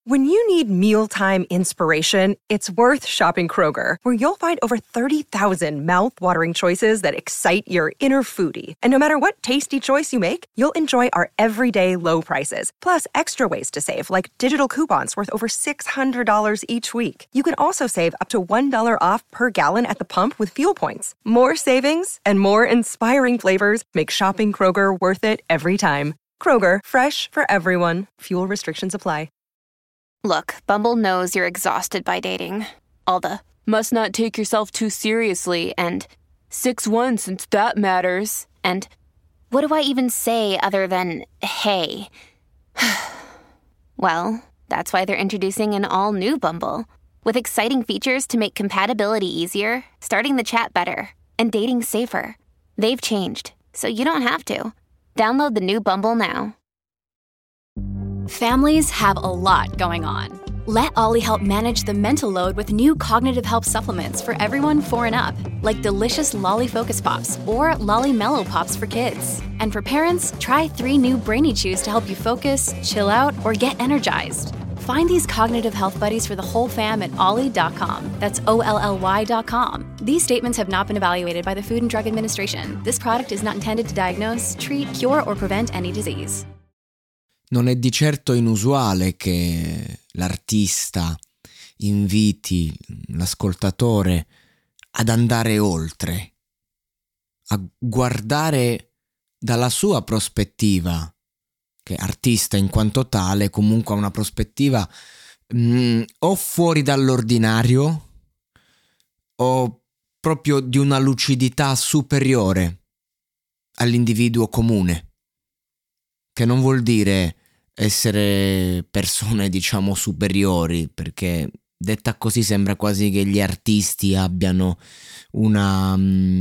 When you need mealtime inspiration, it's worth shopping Kroger, where you'll find over 30,000 mouth-watering choices that excite your inner foodie. And no matter what tasty choice you make, you'll enjoy our everyday low prices, plus extra ways to save, like digital coupons worth over $600 each week. You can also save up to $1 off per gallon at the pump with fuel points. More savings and more inspiring flavors make shopping Kroger worth it every time. Kroger, fresh for everyone. Fuel restrictions apply. Look, Bumble knows you're exhausted by dating. All the, must not take yourself too seriously, and 6'1" since that matters, and what do I even say other than, hey? Well, that's why they're introducing an all-new Bumble, with exciting features to make compatibility easier, starting the chat better, and dating safer. They've changed, so you don't have to. Download the new Bumble now. Families have a lot going on. Let Ollie help manage the mental load with new cognitive help supplements for everyone 4 and up, like delicious Lolly Focus Pops or Lolly Mellow Pops for kids. And for parents, try 3 new Brainy Chews to help you focus, chill out, or get energized. Find these cognitive health buddies for the whole fam at ollie.com. That's OLLY.com. These statements have not been evaluated by the Food and Drug Administration. This product is not intended to diagnose, treat, cure, or prevent any disease. Non è di certo inusuale che l'artista inviti l'ascoltatore ad andare oltre, a guardare dalla sua prospettiva, che artista in quanto tale comunque ha una prospettiva o fuori dall'ordinario o proprio di una lucidità superiore all'individuo comune, che non vuol dire essere persone, diciamo, superiori, perché detta così sembra quasi che gli artisti abbiano una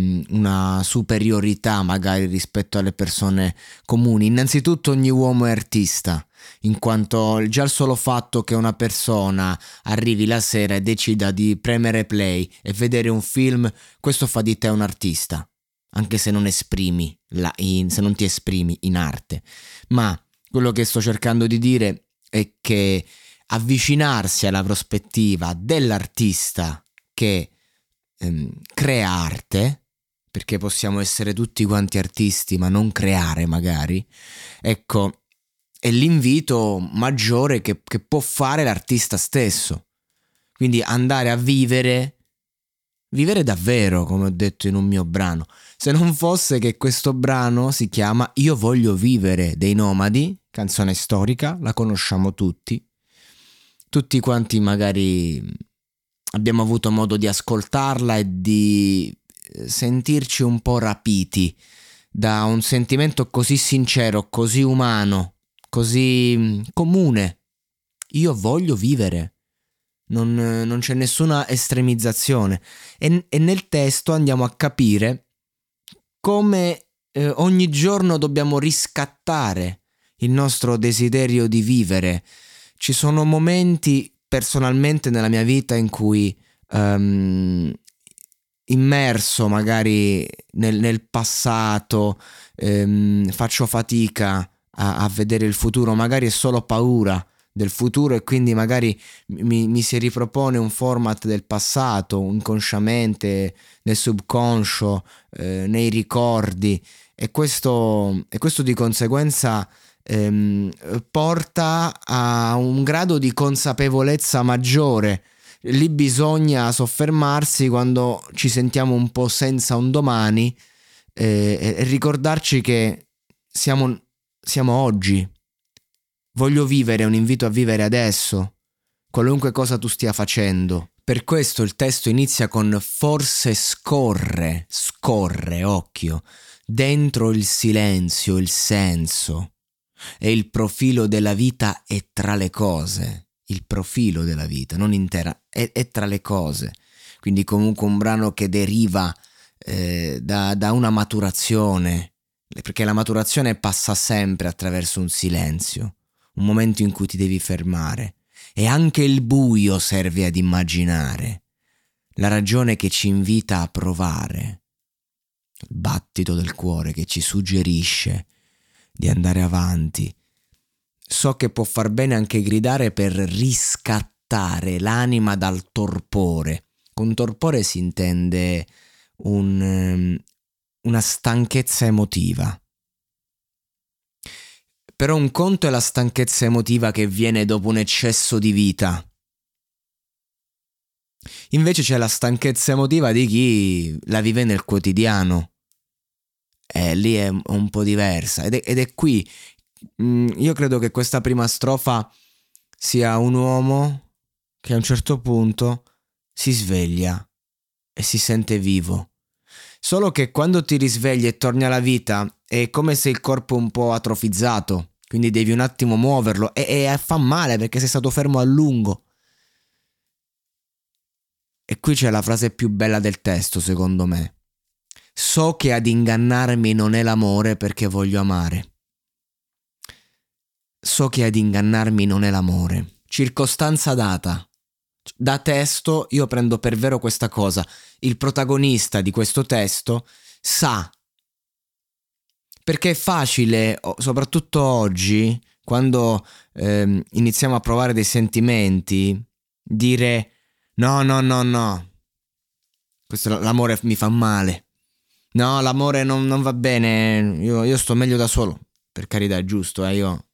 superiorità magari rispetto alle persone comuni. Innanzitutto ogni uomo è artista, in quanto già il solo fatto che una persona arrivi la sera e decida di premere play e vedere un film, questo fa di te un artista, anche se non esprimi se non ti esprimi in arte. Ma quello che sto cercando di dire è che avvicinarsi alla prospettiva dell'artista che crea arte, perché possiamo essere tutti quanti artisti ma non creare magari, ecco, è l'invito maggiore che può fare l'artista stesso. Quindi andare a vivere davvero, come ho detto in un mio brano, se non fosse che questo brano si chiama Io voglio vivere dei Nomadi, canzone storica, la conosciamo tutti quanti magari abbiamo avuto modo di ascoltarla e di sentirci un po' rapiti da un sentimento così sincero, così umano, così comune. Io voglio vivere. Non c'è nessuna estremizzazione e nel testo andiamo a capire come ogni giorno dobbiamo riscattare il nostro desiderio di vivere. Ci sono momenti personalmente nella mia vita in cui immerso magari nel passato faccio fatica a vedere il futuro, magari è solo paura del futuro e quindi magari mi si ripropone un format del passato inconsciamente, nel subconscio, nei ricordi e questo di conseguenza porta a un grado di consapevolezza maggiore. Lì bisogna soffermarsi quando ci sentiamo un po' senza un domani e ricordarci che siamo oggi. Voglio vivere è un invito a vivere adesso, qualunque cosa tu stia facendo. Per questo il testo inizia con forse scorre, occhio, dentro il silenzio, il senso. E il profilo della vita è tra le cose. Il profilo della vita, non intera, è tra le cose. Quindi comunque un brano che deriva da una maturazione, perché la maturazione passa sempre attraverso un silenzio. Un momento in cui ti devi fermare e anche il buio serve ad immaginare la ragione che ci invita a provare, il battito del cuore che ci suggerisce di andare avanti So che può far bene anche gridare per riscattare l'anima dal torpore. Con torpore si intende una stanchezza emotiva. Però un conto è la stanchezza emotiva che viene dopo un eccesso di vita. Invece c'è la stanchezza emotiva di chi la vive nel quotidiano. Lì è un po' diversa. Ed è qui. Io credo che questa prima strofa sia un uomo che a un certo punto si sveglia e si sente vivo. Solo che quando ti risvegli e torni alla vita è come se il corpo è un po' atrofizzato, quindi devi un attimo muoverlo e fa male perché sei stato fermo a lungo. E qui c'è la frase più bella del testo, secondo me. So che ad ingannarmi non è l'amore perché voglio amare. So che ad ingannarmi non è l'amore. Circostanza data. Da testo io prendo per vero questa cosa. Il protagonista di questo testo sa. Perché è facile, soprattutto oggi, quando iniziamo a provare dei sentimenti, dire no. L'amore mi fa male. No, l'amore non va bene. Io sto meglio da solo. Per carità, è giusto, io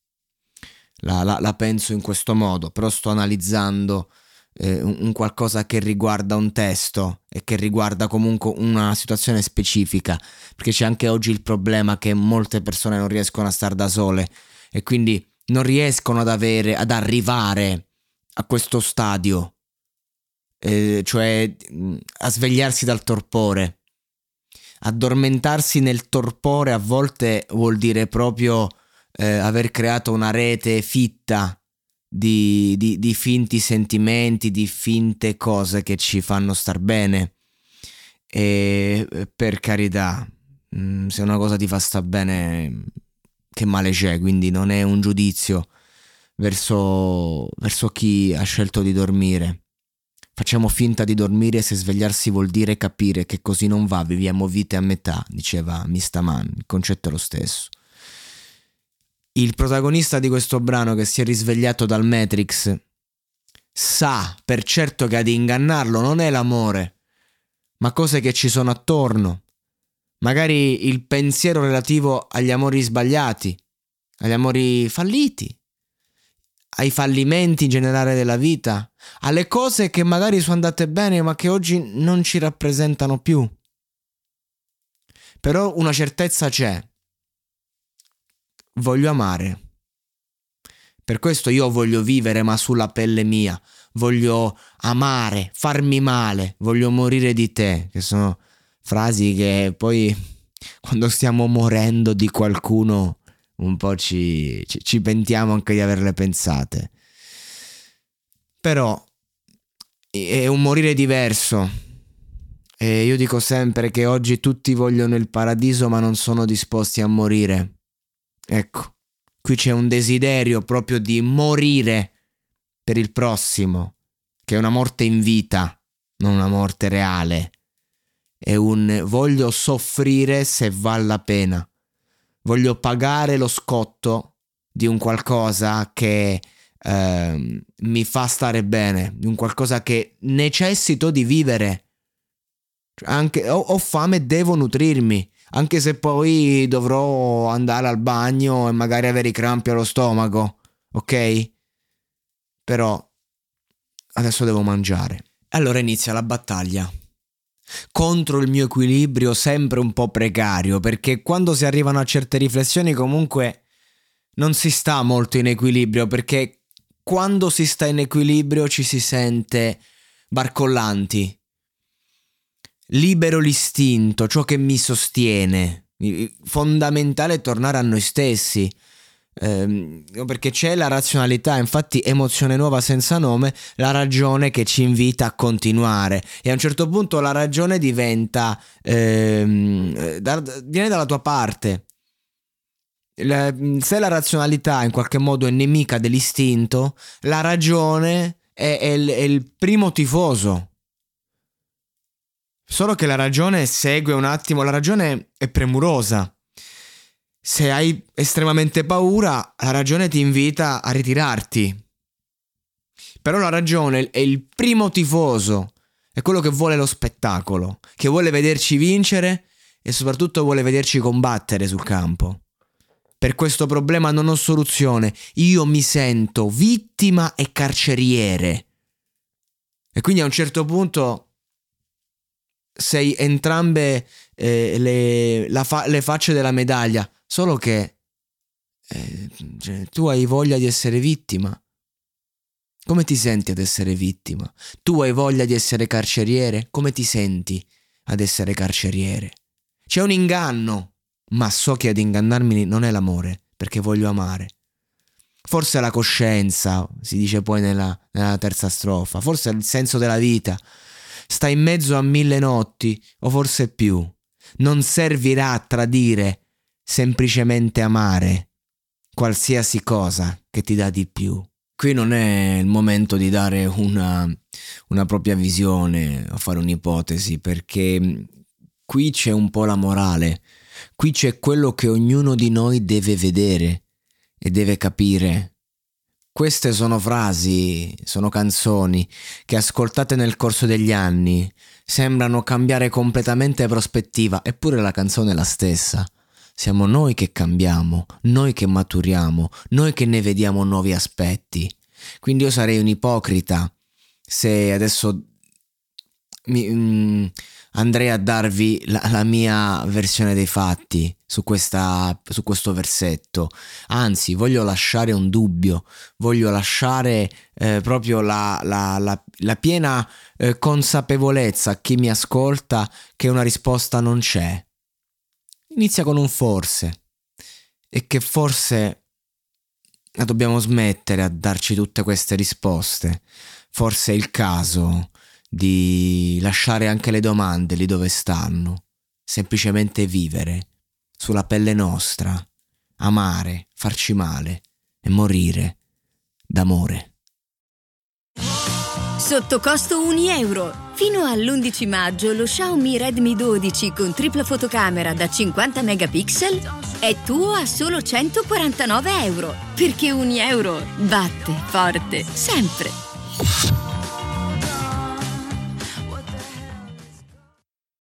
la penso in questo modo, però sto analizzando un qualcosa che riguarda un testo e che riguarda comunque una situazione specifica, perché c'è anche oggi il problema che molte persone non riescono a star da sole e quindi non riescono ad arrivare a questo stadio, cioè a svegliarsi dal torpore. Addormentarsi nel torpore a volte vuol dire proprio aver creato una rete fitta di finti sentimenti, di finte cose che ci fanno star bene. E per carità, se una cosa ti fa star bene, che male c'è? Quindi non è un giudizio verso chi ha scelto di dormire. Facciamo finta di dormire se svegliarsi vuol dire capire che così non va, viviamo vite a metà, diceva Mistaman, il concetto è lo stesso. Il protagonista di questo brano che si è risvegliato dal Matrix sa per certo che ad ingannarlo non è l'amore, ma cose che ci sono attorno. Magari il pensiero relativo agli amori sbagliati, agli amori falliti, ai fallimenti in generale della vita, alle cose che magari sono andate bene ma che oggi non ci rappresentano più. Però una certezza c'è. Voglio amare. Per questo io voglio vivere ma sulla pelle mia. Voglio amare, farmi male, voglio morire di te. Che sono frasi che poi quando stiamo morendo di qualcuno un po' ci pentiamo anche di averle pensate. Però è un morire diverso. E io dico sempre che oggi tutti vogliono il paradiso ma non sono disposti a morire. Ecco, qui c'è un desiderio proprio di morire per il prossimo, che è una morte in vita, non una morte reale. È un voglio soffrire se vale la pena. Voglio pagare lo scotto di un qualcosa che mi fa stare bene, di un qualcosa che necessito di vivere. Anche ho fame e devo nutrirmi, anche se poi dovrò andare al bagno e magari avere i crampi allo stomaco, ok? Però adesso devo mangiare. Allora inizia la battaglia contro il mio equilibrio sempre un po' precario, perché quando si arrivano a certe riflessioni comunque non si sta molto in equilibrio, perché quando si sta in equilibrio ci si sente barcollanti. Libero l'istinto, ciò che mi sostiene. Fondamentale tornare a noi stessi, perché c'è la razionalità, infatti emozione nuova senza nome, la ragione che ci invita a continuare, e a un certo punto la ragione diventa viene dalla tua parte. Se la razionalità in qualche modo è nemica dell'istinto, la ragione è il primo tifoso. Solo che la ragione segue un attimo, la ragione è premurosa Se hai estremamente paura, la ragione ti invita a ritirarti. Però la ragione è il primo tifoso, è quello che vuole lo spettacolo, che vuole vederci vincere e soprattutto vuole vederci combattere sul campo. Per questo problema non ho soluzione, io mi sento vittima e carceriere. E quindi a un certo punto sei entrambe le facce della medaglia, solo che tu hai voglia di essere vittima. Come ti senti ad essere vittima? Tu hai voglia di essere carceriere? Come ti senti ad essere carceriere? C'è un inganno, ma so che ad ingannarmi non è l'amore, perché voglio amare. Forse è la coscienza, si dice poi nella terza strofa, forse è il senso della vita. Sta in mezzo a 1000 notti, o forse più. Non servirà a tradire, semplicemente amare qualsiasi cosa che ti dà di più. Qui non è il momento di dare una propria visione o fare un'ipotesi, perché qui c'è un po' la morale, qui c'è quello che ognuno di noi deve vedere e deve capire. Queste sono frasi, sono canzoni che ascoltate nel corso degli anni sembrano cambiare completamente prospettiva, eppure la canzone è la stessa. Siamo noi che cambiamo, noi che maturiamo, noi che ne vediamo nuovi aspetti. Quindi io sarei un ipocrita se adesso andrei a darvi la mia versione dei fatti su questo versetto. Anzi, voglio lasciare un dubbio, voglio lasciare proprio la piena consapevolezza a chi mi ascolta che una risposta non c'è. Inizia con un forse, e che forse dobbiamo smettere a darci tutte queste risposte. Forse è il caso di lasciare anche le domande lì dove stanno, semplicemente vivere sulla pelle nostra, amare, farci male e morire d'amore. Sotto costo €1. Fino all'11 maggio lo Xiaomi Redmi 12 con tripla fotocamera da 50 megapixel è tuo a solo €149, perché €1 batte forte sempre.